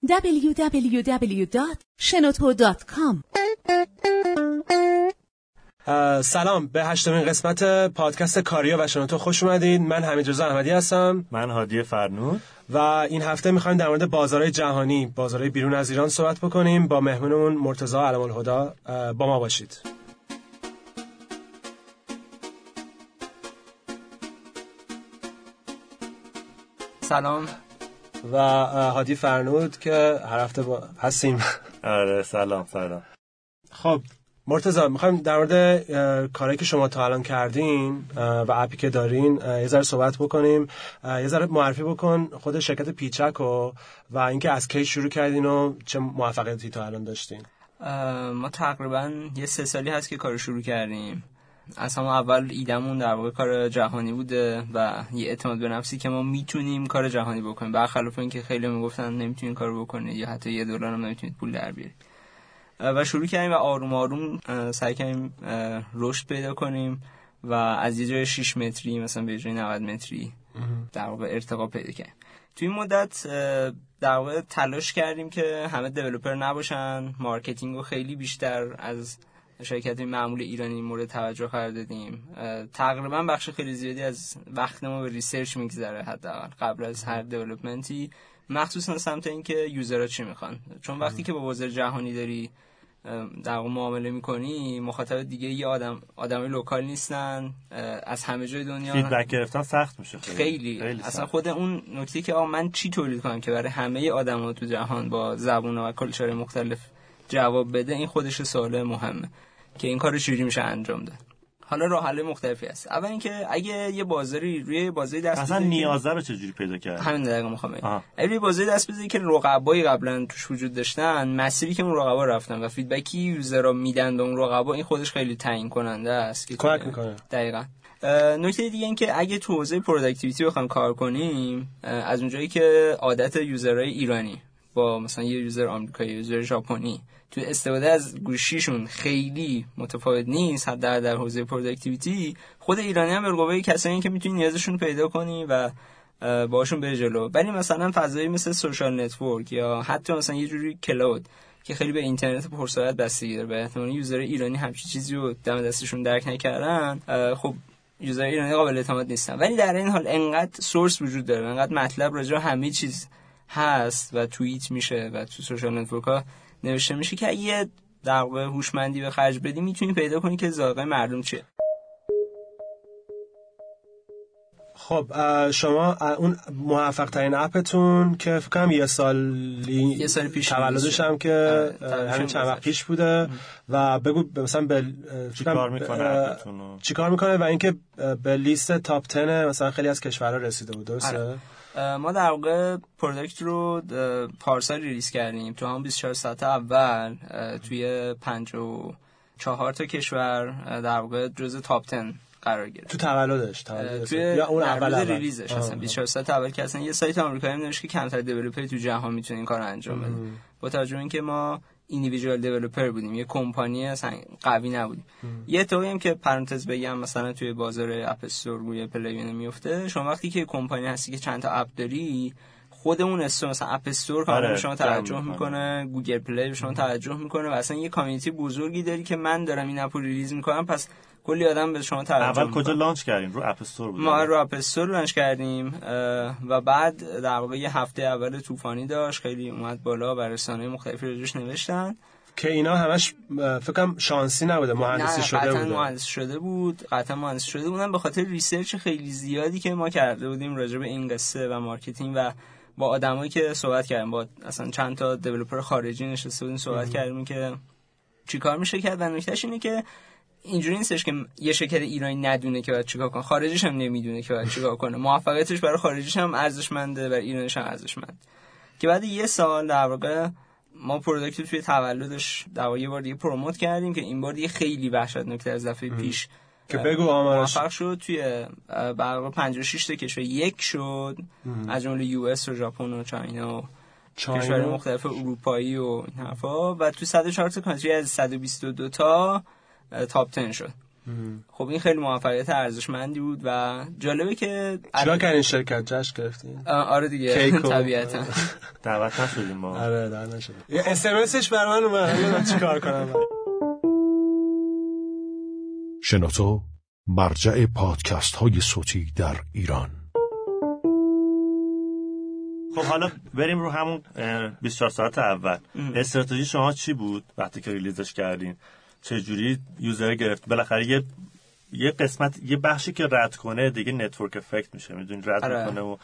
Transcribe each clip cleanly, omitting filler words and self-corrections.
www.shenoto.com. سلام، به 8مین قسمت پادکست کاریا و شنوتو خوش اومدید. من حمیدرضا احمدی هستم. من هادی فرنود. و این هفته میخوایم در مورد بازارهای جهانی، بازارهای بیرون از ایران صحبت بکنیم. با مهمونمون مرتضی علم‌الهدی. با ما باشید. سلام. و هادی فرنود که هر هفته هستیم. آره سلام. خب مرتضی، میخوایم در مورد کارهایی که شما تا الان کردین و اپی که دارین یه ذره صحبت بکنیم. یه ذره معرفی بکن خود شرکت پیچک و اینکه از کی شروع کردین و چه موفقیتی تا الان داشتین. ما تقریبا یه 3 سالی هست که کارو شروع کردیم. از همون اول ایدمون در واقع کار جهانی بوده و یه اعتماد به نفسی که ما میتونیم کار جهانی بکنیم، برخلاف اینکه خیلی میگفتن نمیتونین کارو بکنید یا حتی $1 هم نمیتونید پول در بیارید. و شروع کردیم و آروم آروم سعی کردیم رشد پیدا کنیم و از یه جای 6 متری مثلا به جای 90 متری در واقع ارتقا پیدا کردیم. توی این مدت در واقع تلاش کردیم که همه دیولپر نباشن، مارکتینگ رو خیلی بیشتر از شرکت معمول ایرانی مورد توجه قرار دادیم. تقریبا بخش خیلی زیادی از وقت ما به ریسرچ میگذره حداقل قبل از هر دیولپمنتی، مخصوصا سمت اینکه یوزرها چی میخوان. چون وقتی که با بازار جهانی داری در واقع معامله میکنی، مخاطب دیگه یه آدمای لوکال نیستن، از همه جای دنیا فیدبک گرفتن سخت میشه. خیلی اصلا خود اون نکته که من چی تولید کنم که برای همه آدما تو جهان با زبون‌ها و کلچر مختلف جواب بده، این خودش سوال مهمه که این کارو چجوری میشه انجام داد. حالا راه حل مختلفی هست. اول اینکه اگه یه بازاری روی بازاری دست اصلا نیازه رو چجوری پیدا کرد، همین دقیقاً میخوام بگم. اگه بازاری دست بزنی که رقبایی قبلا توش وجود داشتن، مسیری که اون رقبا رفتن و فیدبکی یوزرها میدن به اون رقبا، این خودش خیلی تعیین کننده است که کمک میکنه. دقیقاً. نکته دیگه این که اگه تو حوزه پروداکتیویتی بخوایم کار کنیم، از اونجایی که عادت یوزرهای ایرانی با مثلا یه یوزر آمریکایی، یوزر ژاپنی تو استفاده از گوشیشون خیلی متفاوت نیست، حتی در حوزه پروداکتیویتی، خود ایرانی هم بالقوه کسایی که میتونی نیازشون پیدا کنی و باهاشون بری جلو. ولی مثلا فضایی مثل سوشال نتورک یا حتی مثلا یه جوری کلاود که خیلی به اینترنت پرسرعت بستگی داره، به احتمال یوزر ایرانی همچین چیزی رو دم دستشون درک نکردن، خب یوزر ایرانی قابل اعتماد نیستن. ولی در این حال انقدر سورس وجود داره، انقدر مطلب راجع به همه چیز هست و توییت میشه و تو سوشال نتورک‌ها نوشته میشه که اگه در واقع هوشمندی به خرج بدی میتونی پیدا کنی که ذائقه مردم چیه. خب شما اون موفق ترین اپتون که فکر کنم یه سال پیش تولدش هم که همین چند وقت پیش بوده و بگو مثلا چیکار میکنه و اینکه به لیست تاپ 10 مثلا خیلی از کشورها رسیده بود، درسته؟ ما در واقع پروداکت رو پارسال ریلیز کردیم تو هم 24 ساعت اول توی 54 تا کشور در واقع جزء تاپ 10 قرار گرفت. تو تولدش یا اون اول ریلیزش اصلا 24 ساعت اول که اصلا یه سایت آمریکایی نوشت که کمتر دیولپر تو جهان میتونه این کارو انجام بده. با توجه به اینکه ما ایندیویدوال دیولپر بودیم، یه کمپانی اصلا قوی نبودیم. یه اتفاقی هم که پرانتز بگم مثلا توی بازار اپ استور روی پلی نمیفته، شما وقتی که کمپانی هستی که چند تا اپ داری، خود اون استور مثلا اپ استور کاملا به شما توجه میکنه، گوگل پلی به شما توجه میکنه و اصلا یه کامیونیتی بزرگی داری که من دارم این اپو ریلیز میکنم، پس کلی آدم به شما توجه اول کجا لانچ کردین؟ رو اپ استور بود. ما رو اپ استور لانچ کردیم و بعد در واقع یه هفته اول طوفانی داشت، خیلی اومد بالا و رسانه‌های مختلفی راجعش نوشتن که اینا همش فکر کنم شانسی نبوده، مهندسی شده بود. قطعا مهندسی شده بودن به خاطر ریسرچ خیلی زیادی که ما کرده بودیم راجع به این قصه و مارکتینگ و با آدمایی که صحبت کردیم، با اصلا چند تا دیولپر خارجی نشسته بودیم صحبت کردیم که چیکار میشه کرد. و نکتهش اینه که اینجوری نیستش که یه شرکت ایرانی ندونه که باید چیکار کنه، خارجیش هم نمیدونه که باید چیکار کنه. موفقیتش برای خارجیش هم ارزشمنده، برای ایرانیش هم ارزشمند. که بعد یه سال در واقع ما پروداکت توی تولدش در واقع یه بار دیگه پروموت کردیم که این بار دیگه خیلی وحشتناک از دفعه پیش که بگو آمارش موفق شد. توی برای 56 تا کشور یک شد، از جمله یو اس و ژاپن و چاینا و کشورهای مختلف اروپایی و این حرفا، و تو 104 تا کانتری از 122 تا تاپ 10 شد. خب این خیلی موفقیت ارزشمندی بود و جالبه که چرا که این شرکت جشن گرفتین؟ آره دیگه طبیعتا دعوت نشدیم ما. آره دعوت نشدیم. یه اس‌ام‌اسش برای من اومد. نمیدونم چیکار کنم. شنوتو مرجع پادکست های صوتی در ایران. خب حالا بریم رو همون 24 ساعت اول. استراتژی شما چی بود وقتی که ریلیزش کردین؟ چه جوری یوزر گرفت؟ بالاخره یه قسمت، یه بخشی که رد کنه دیگه نتورک افکت میشه، میدونید رد میکنه و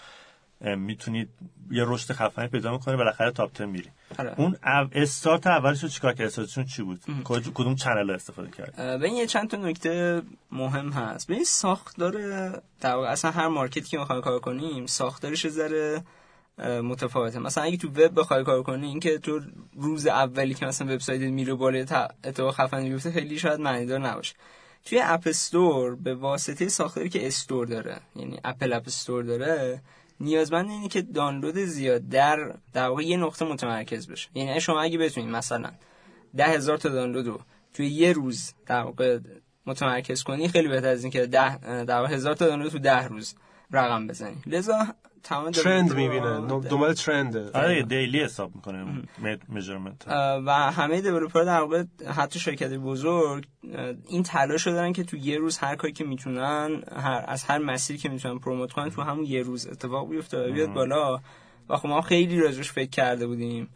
میتونید یه رشد خفنی پیدا میکنه، بالاخره تاپ 10 میری. اون استارت اولش رو چیکار کردید؟ استراتژیتون چی بود؟ کدوم چنل استفاده کردید؟ ببین یه چند تا نکته مهم هست. ببین ساختار در واقع اصلا هر مارکتی که میخوایم کار کنیم ساختارش یه ذره متفاوته. مثلا اگه تو وب بخوای کار کنی، این که تو روز اولی که مثلا وبسایت میره بالا اتفاق خفنی بیفته خیلی شاید معنیدار نباشه. توی اپ استور به واسطه ساختاری که استور داره، یعنی اپل اپ استور داره، نیازمند اینه که دانلود زیاد در واقع یه نقطه متمرکز بشه. یعنی شما اگه بتونید مثلا 10,000 تا دانلود رو توی یه روز در واقع متمرکز کنی، خیلی بهتر از این که 10,000 تا دانلود تو 10 روز رقم بزنی. لذا تمام ترند میبینه، دنبال ترنده. آره دیلی حساب میکنه میجرمنت. و همه دیولپرها در واقع حتی شرکت بزرگ این تلاش رو دارن که تو یه روز هر کاری که میتونن، از هر مسیری که میتونن پروموت کنن تو همون یه روز اتفاق بیفته و بیاد بالا. و خب ما خیلی راجعش فکر کرده بودیم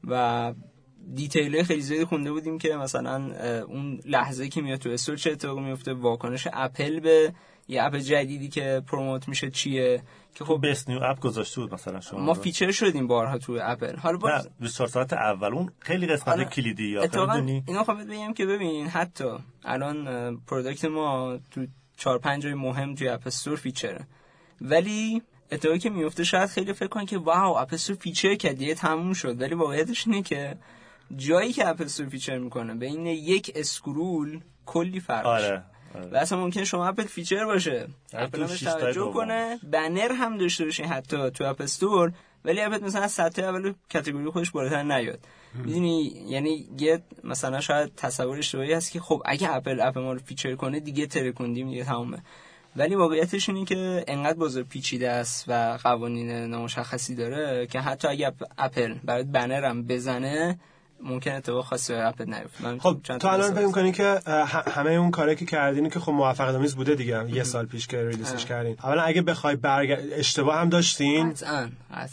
و دیتیل‌های خیلی زیادی خونده بودیم که مثلا اون لحظه‌ای که میاد تو استور چه اتفاقی میفته، واکنش اپل به یه اپ جدیدی که پروموت میشه چیه، که خب بیست نیو اپ گذاشته بود مثلا شما. ما فیچر شدیم بارها تو اپل. حالا باز 24 ساعت اول اون خیلی قسمت کلیدی یا میدونی. اینا خب بگم که ببین حتی الان پروداکت ما تو 4-5 جای مهم توی اپ استور فیچره، ولی اتفاقی که میفته شاید خیلی فکر کنن که واو اپ استور فیچر کرد دیگه تموم شد، ولی واقعیتش اینه که جایی که اپ استور فیچر میکنه بین یک اسکرول کلی فرق آره. و اصلا ممکنه شما اپل فیچر باشه، اپل همش توجه کنه، بنر هم داشته باشه حتی تو اپ استور، ولی اپل مثلا از سطح اول کاتگوری خودش بالاتر نیاد. میدونی یعنی یه مثلا شاید تصور اشتباهی هست که خب اگه اپل اپ ما رو فیچر کنه دیگه ترکوندیم دیگه تمومه، ولی واقعیتش اینه که انقدر بازار پیچیده است و قوانین نامشخصی داره که حتی اگه اپل برای بنر هم بزنه ممکنه اتفاق خاصی برای اپل نیفته. خب تو الان فکر می‌کنی که همه اون کاری که کردین که خب موفقیت آمیز بوده دیگه، یه سال پیش که ریلیزش کردین، اولا اگه بخوای اشتباه هم داشتین قطعاً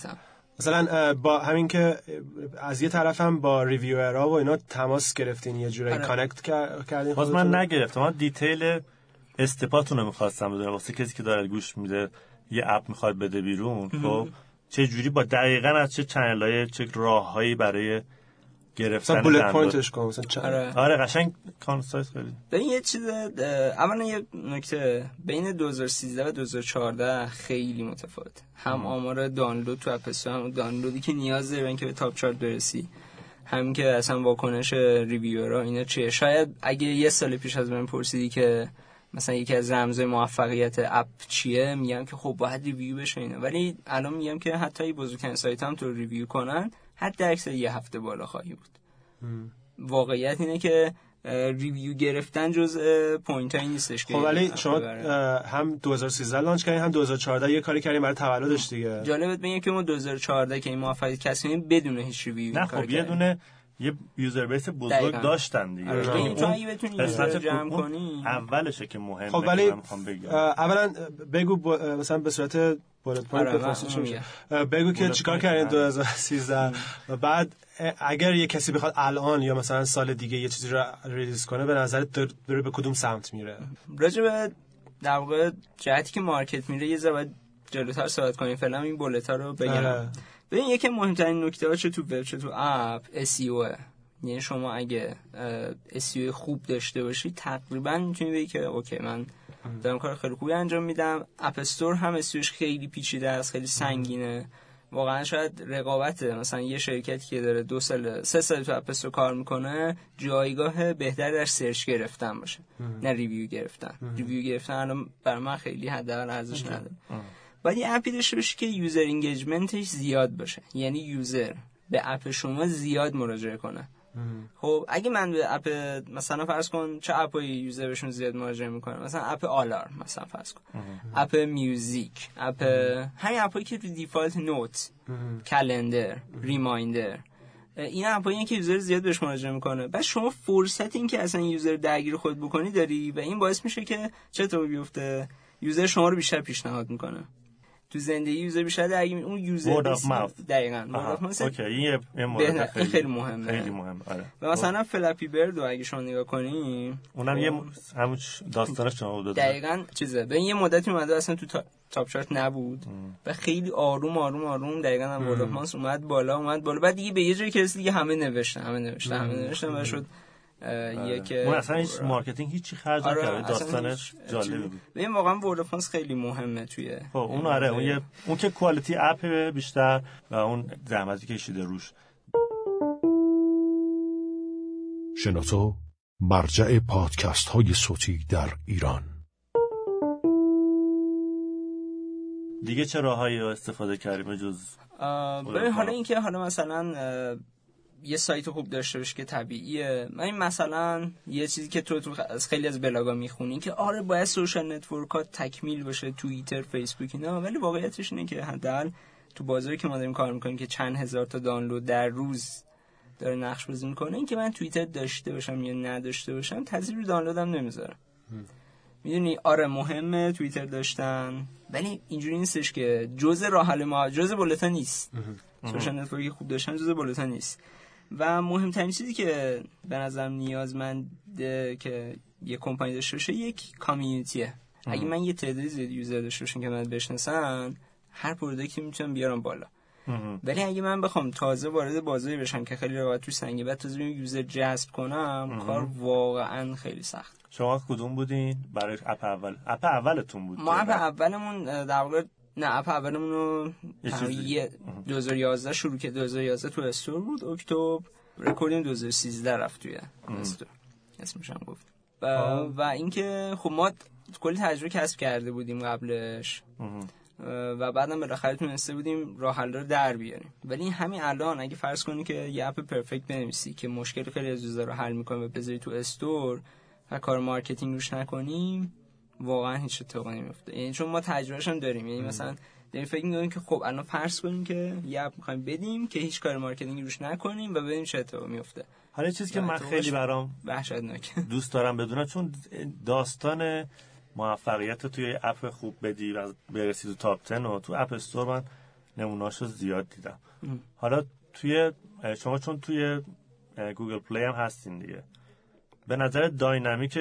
مثلا با همین که از یه طرف هم با ریویورها و اینا تماس گرفتین، یه جوری کانکت کردین. باز من نگرفتم، من دیتیل استپاتون رو می‌خواستم بدونم واسه کسی که داره گوش میده یه اپ می‌خواد بده بیرون، خب چه جوری با دقیقاً از چه چنل‌های چه راههایی برای گرفتن مثلا بولت پوینتش کن مثلا آره قشنگ کانسایز خیلی. ببین یه چیز اولا یه نکته بین 2013 و 2014 خیلی متفاوته، هم آمار دانلود تو اپ استور، هم دانلودی که نیاز داره که به تاپ چارت برسی، همین که اصلا واکنش ریویورها اینا چیه. شاید اگه یه سال پیش از من پرسیدی که مثلا یکی از رمزهای موفقیت اپ چیه، میگم که خب باید ریویو بشه اینا، ولی الان میگم که حتی بزرگترین سایت هم تو ریویو کنن حتی اکثر یه هفته بالا خواهی بود. واقعیت اینه که ریویو گرفتن جز پوینتایی نیستش که خب ولی شما هم 2013 لانچ کردین هم 2014 یه کاری کردین برای تولدش دیگه. جالبت بگم که ما 2014 که این موفقیت کسب کردیم بدون هیچ ریویو نه خب یه دونه یه یوزر بیس بزرگ داشتن دیگه. این تو اگه بتونی یوزر جمع کنی اولشه که مهمه. خب ولی اولا بگو مثلا به صورت بولت پوینت بگو که چیکار کردین 2013 و بعد اگر یه کسی بخواد الان یا مثلا سال دیگه یه چیزی رو ریلیز کنه به نظرت داره به کدوم سمت میره؟ راجع به در واقع جهتی که مارکت میره یه ذره جلوتر صحبت کنیم، فعلا این بولت‌ها رو بگم. ببین یکی مهمترین نکته‌ها چه تو وب چه تو اپ SEO. یعنی شما اگه SEO خوب داشته باشی تقریبا میتونی بگی که اوکی من دارم کار خیلی خوبی انجام میدم. اپ استور هم SEOش خیلی پیچیده است، خیلی سنگینه. واقعا شاید رقابت مثلا یه شرکتی که داره 2 سال 3 سال تو اپ استور کار میکنه جایگاه بهتری در سرچ گرفتن باشه، نه ریویو گرفتن. ریویو گرفتن الان برای من خیلی حداقل ارزش نداره. باید یه اپی داشته باشی که یوزر انگیجمنتش زیاد باشه، یعنی یوزر به اپ شما زیاد مراجعه کنه. خب اگه من به اپ مثلا فرض کن چه اپی یوزر بهشون زیاد مراجعه میکنه، مثلا اپ آلارم مثلا فرض کن، اپ میوزیک، اپ همین اپایی که تو دیفالت نوت، کلندر، ریمایندر، این اپایی که یوزر زیاد بهش مراجعه میکنه، بعد شما فرصت این که اصلا یوزر درگیر خود بکنی داری و این باعث میشه که چه اتفاقی بیفته؟ یوزر شما رو بیشتر پیشنهاد میکنه تو زندگی، یوزر بیشتر درگیر اون یوزر دقیقاً اوکی این مورد خیلی مهمه، خیلی مهمه. آره و مثلا فلاپی برد رو اگه شما نگاه کنی اونم یه همون داستانش شما بود دقیقاً چیزه، به یه مدتی اومده اصلا تو تاپ چارت نبود و خیلی آروم آروم آروم دقیقاً هم ورد آف ماوس اومد بالا، بعد دیگه به یه جایی که رسید دیگه همه نوشتن و شد یک اون اصلا هیچ مارکتینگ هیچی خرج نکرد، داستانش جالب بود. ببین واقعا ورد آف ماوس خیلی مهمه توی خب اون آره اون که کوالیتی اپ بیشتر و اون زحمتی که کشیده روش. شنوتو مرجع پادکست های صوتی در ایران. دیگه چه راههایی استفاده کردیم جز ببین حالا اینکه حالا مثلا یه سایت خوب داشته باشه که طبیعیه. من مثلا یه چیزی که تو از خیلی از بلاگا میخونی که آره باید سوشال نتورکات تکمیل باشه، توییتر، فیسبوک اینا، ولی واقعیتش اینه که حداقل تو بازاری که ما داریم کار میکنیم که چند هزار تا دانلود در روز داره نقش بازی میکنه، این که من توییتر داشته باشم یا نداشته باشم تاثیر رو دانلودم نمیذاره. میدونی آره مهمه توییتر داشتن، ولی اینجوری نیستش که جزء راه حل ما جزء بولتا نیست. سوشال نتورک خوب داشتن جزء بولتا نیست. و مهمترین چیزی که به نظرم نیازمنده که یه کمپانی داشته باشه یک کامیونیتیه. اگه من یه تعدادی زیاد یوزر داشته باشم که من بشناسن، هر پروداکتی میتونم بیارم بالا. ولی اگه من بخوام تازه وارد بازاری بشم که خیلی رقابت توش سنگینه، بعد تازه یوزر جذب کنم، کار واقعا خیلی سخت. شما کدوم بودین برای اپ اول؟ اپ اولتون بود؟ ما اپ اولمون در واقع اپ اولمون رو 2011 شروع کرد. 2011 تو استور بود، اکتبر رکوردینگ 2013 رفت توی استور، اسمش هم گفت. و اینکه خب ما کلی تجربه کسب کرده بودیم قبلش و بعدم بالاخره تونسته بودیم راه حل رو در بیاریم. ولی همین الان اگه فرض کنی که یه اپ پرفکت بنویسی که مشکل خیلی از یوزر رو حل میکنه و بذاری تو استور و کار مارکتینگ روش نکنیم، واقعا هیچ اتفاقی نمیفته. یعنی چون ما تجربهش هم داریم، یعنی مثلا داریم فکر می‌کنیم که خب الان فرض کنیم که یه اپ می‌خوایم بدیم که هیچ کار مارکتینگی روش نکنیم و ببینیم چه اتفاقی میفته. حالا چیزی که من خیلی برام وحشتناک دوست دارم بدونم، چون داستان موفقیت توی اپ خوب بدی و برسی تو تاپ 10 و تو اپ استور من نمونه‌اشو زیاد دیدم. حالا توی شما چون توی گوگل پلی هم هستین دیگه، به نظر داینامیک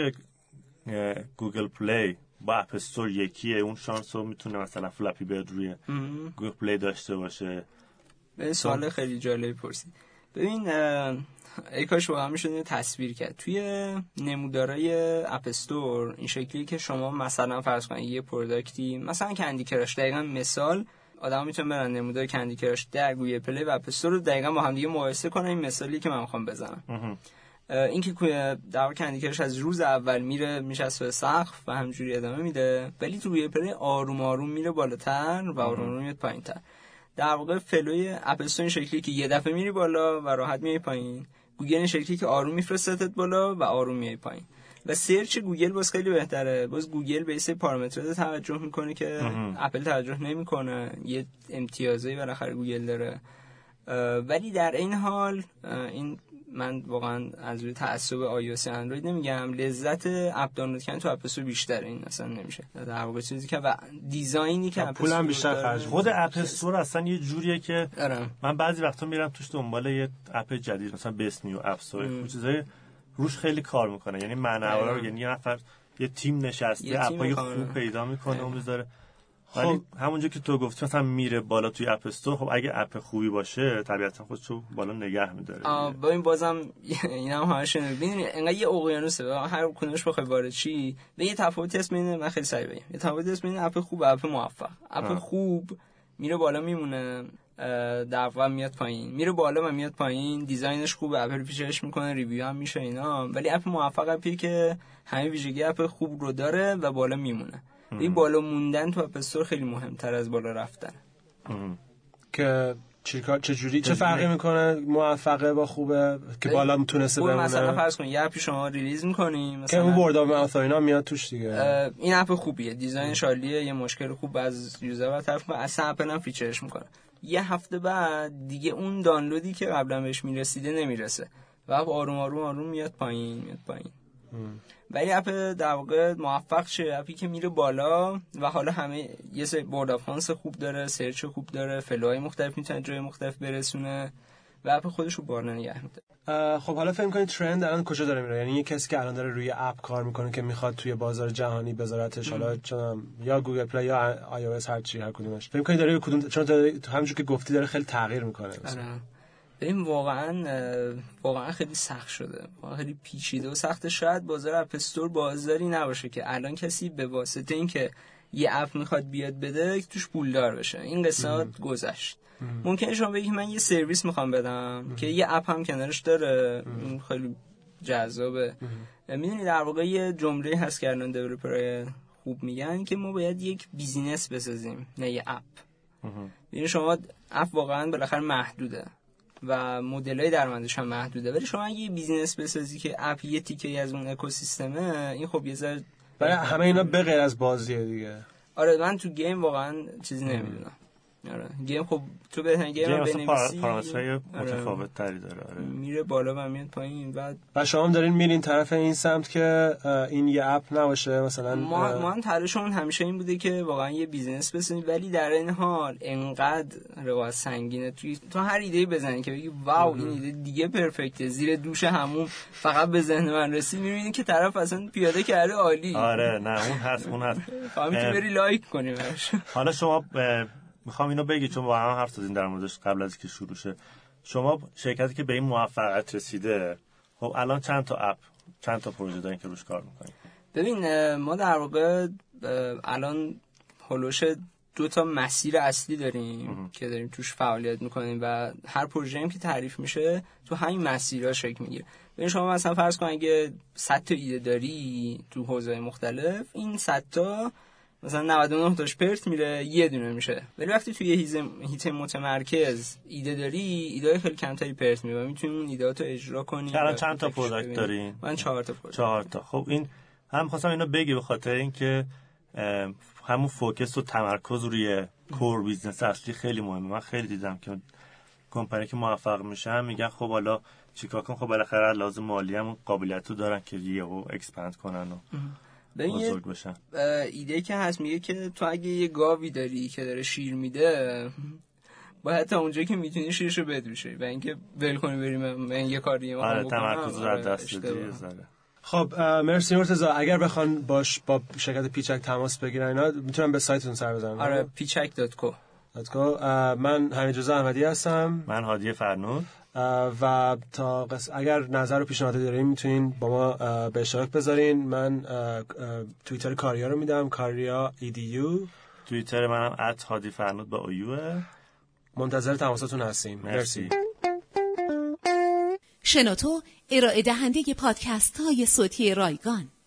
گوگل پلی با اپ استور یکیه؟ اون شانس رو میتونه مثلا فلاپی برد روی گوگل پلی داشته باشه؟ به سوال خیلی جالبی پرسید. ببین ای کاش واقعا میشد تصویر کرد توی نمودارای اپ استور این شکلی که شما مثلا فرض کنید یه پروداکتی مثلا کندی کراش، دقیقاً مثال آدم میتونه برن نمودار کندی کراش در گوگل پلی و اپ استور رو دقیقاً با هم دیگه مقایسه کنن. این مثالی که من میخوام بزنم این که در واقع کندی کراش از روز اول میشه از سقف و همجوری ادامه میده، ولی تو گوگل پلی آروم آروم میره بالاتر و آروم آروم میاد پایینتر. در واقع فلوی اپ استور این شکلی که یه دفعه میری بالا و راحت میای پایین، گوگل این شکلی که آروم میفرستت بالا و آروم میای پایین. و سرچ گوگل باز خیلی بهتره. باز گوگل به سری پارامترها توجه میکنه که اپل توجه نمیکنه، یه امتیازی بالاخره گوگل داره. ولی در این حال این من واقعا از روی تعصب iOS اندروید نمیگم، لذت اپ دانلود کردن تو اپ استور بیشتره. این اصلا نمیشه در واقع چیزی که و دیزاینی که اپ پولم بیشتر خرج. خود اپ استور اصلا یه جوریه که من بعضی وقتا میرم توش دنبال یه اپ جدید، مثلا بیس نیو اپ استور، چیزای روش خیلی کار میکنه. یعنی معناها رو، یعنی یه نفر یه تیم نشسته اپای خوب پیدا میکنه و میذاره. ولی همونجا که تو گفتی مثلا میره بالا توی اپ استور، خب اگه اپ خوبی باشه طبیعتا خودشو بالا نگه میداره. ببین بازم اینا هم همش ببینید انقدر یه اقیانوسه، هر کدومش بخوای وارد چی به یه تفاوتی هست بین، من خیلی سریع بگم، یه تفاوتی هست بین اپ خوب و اپ موفق. اپ خوب میره بالا میمونه، در واقع میاد پایین، میره بالا و میاد پایین، دیزاینش خوبه، اپل پیشش میکنه، ریویو هم میشه اینا. ولی اپ موفق اپی که همه ویژگی اپ خوب رو داره و بالا میمونه. این بالا موندن تو اپ استور خیلی مهمتر از بالا رفتن. که چجوری چه فرقی میکنه موفقه با خوبه که بالا تونسته بمونه؟ مثلا فرض کن یه اپی شما ریلیز می‌کنی مثلا که اون ورد اف ماوث اینا میاد توش دیگه. این اپ خوبیه، دیزاینش عالیه، یه مشکل خوب از یوزر برطرف می‌کنه، اصلا اپل هم فیچرش می‌کنه. یه هفته بعد دیگه اون دانلودی که قبلا بهش میرسیده نمیرسه و آروم آروم میاد پایین. ولی اپ در واقع موفق شه، اپی که میره بالا و حالا همه یه سری بورد اف فانس خوب داره، سرچ خوب داره، فلوهای مختلف میتونه جای مختلف برسونه و اپ خودش رو بالا نگه می‌داره. خب حالا فکر می‌کنید ترند الان کجا داره میره؟ یعنی یه کسی که الان داره روی اپ کار میکنه که میخواد توی بازار جهانی بذارتش، حالا چون یا گوگل پلی یا آی او اس هر کدومش، فکر می‌کنید داره کدوم، چون همونجوری که گفتی داره خیلی تغییر میکنه؟ این واقعا خیلی سخت شده، واقعا خیلی پیچیده و سخته. شاید بازار اپ استور بازاری نباشه که الان کسی به واسطه اینکه یه اپ میخواد بیاد بده توش پولدار بشه. این قصه گذشت. ممکنه شما بگید من یه سرویس میخوام بدم که یه اپ هم کنارش داره، این خیلی جذابه. میدونی در واقع یه جمله هست که الان دیولپرای خوب میگن که ما باید یک بیزینس بسازیم نه یه اپ. یعنی شما اپ واقعا بالاخره محدوده و مدل‌های درآمدش هم محدوده، ولی شما اگه یه بیزینس بسازی که اپ یه تیکه‌ای از اون اکوسیستمه، این خب یه ذره برای همه اینا به غیر از بازیه دیگه. آره من تو گیم واقعا چیزی نمیدونم. آره گیم خب تو بهترین گیم رو بنویسی پارامترهای متفاوت تری داره. آره میره بالا و میاد پایین. و شما هم دارین میرین طرف این سمت که این یه اپ نباشه مثلا. ما هم تلاشمون همیشه این بوده که واقعا یه بیزینس بسازیم، ولی در این حال انقدر رقابت سنگینه تو هر ایده بزنی که بگی واو این ایده دیگه پرفکته، زیر دوش همون فقط به ذهن من رسید، میبینی که طرف اصلا پیاده کرده عالی. آره نه اون هست فهمیدی بری لایک کنی براش. حالا شما میخوام اینو بگی چون با هم حرف زدیم در موردش قبل از اینکه شروع شه. شما شرکتی که به این موفقیت رسیده، خب الان چند تا پروژه دارین که روش کار میکنین؟ ببین ما در واقع الان هولوش 2 مسیر اصلی داریم که داریم توش فعالیت میکنیم و هر پروژه‌ای که تعریف میشه تو همین مسیرها شکل میگیره. ببین شما مثلا فرض کن اگه 100 تا ایده داری تو حوزه‌های مختلف، این 100 تا مثلا 99 تاش پرت میره، یه دونه میشه. ولی وقتی توی یه هیت متمرکز ایده داری، ایده خیلی کمتری پرت میره و میتونی اون ایده‌هاتو اجرا کنی. الان چند تا پروداکت دارین؟ من 4 تا پروداکت. 4 تا. خب این هم خواستم اینو بگی به خاطر اینکه همون فوکس و تمرکز روی کور بیزنس اصلی خیلی مهمه. من خیلی دیدم که کمپانی که موفق میشن میگن خب حالا چیکار کنم، خب بالاخره لازم مالی هم قابلیتو دارن که یهو اکسپاند کنن و بزرگ بشن. ایده که هست میگه که تو اگه یه گاوی داری که داره شیر میده، باید تا اونجایی که میتونی شیرشو بدوشی و اینکه ول کنی بریم من یه کار دیگه میخوام بکنم. تمرکز رو از دست بدی زره. خب مرسی مرتضی. اگر بخوان با شرکت پیچک تماس بگیرن اینا میتونن به سایتتون سر بزنن؟ آره پیچک.co. من حمیدرضا احمدی هستم. من هادی فرنود. و تا اگر نظر و پیشنهاد دارین میتونین با ما به اشتراک بذارین. من توییتر کاریا رو میدم، کاریا EDU. توییتر منم @هادی_فرنود با اویوه. منتظر تماساتون هستیم. مرسی. شنوتو ارائه دهنده پادکست های صوتی رایگان.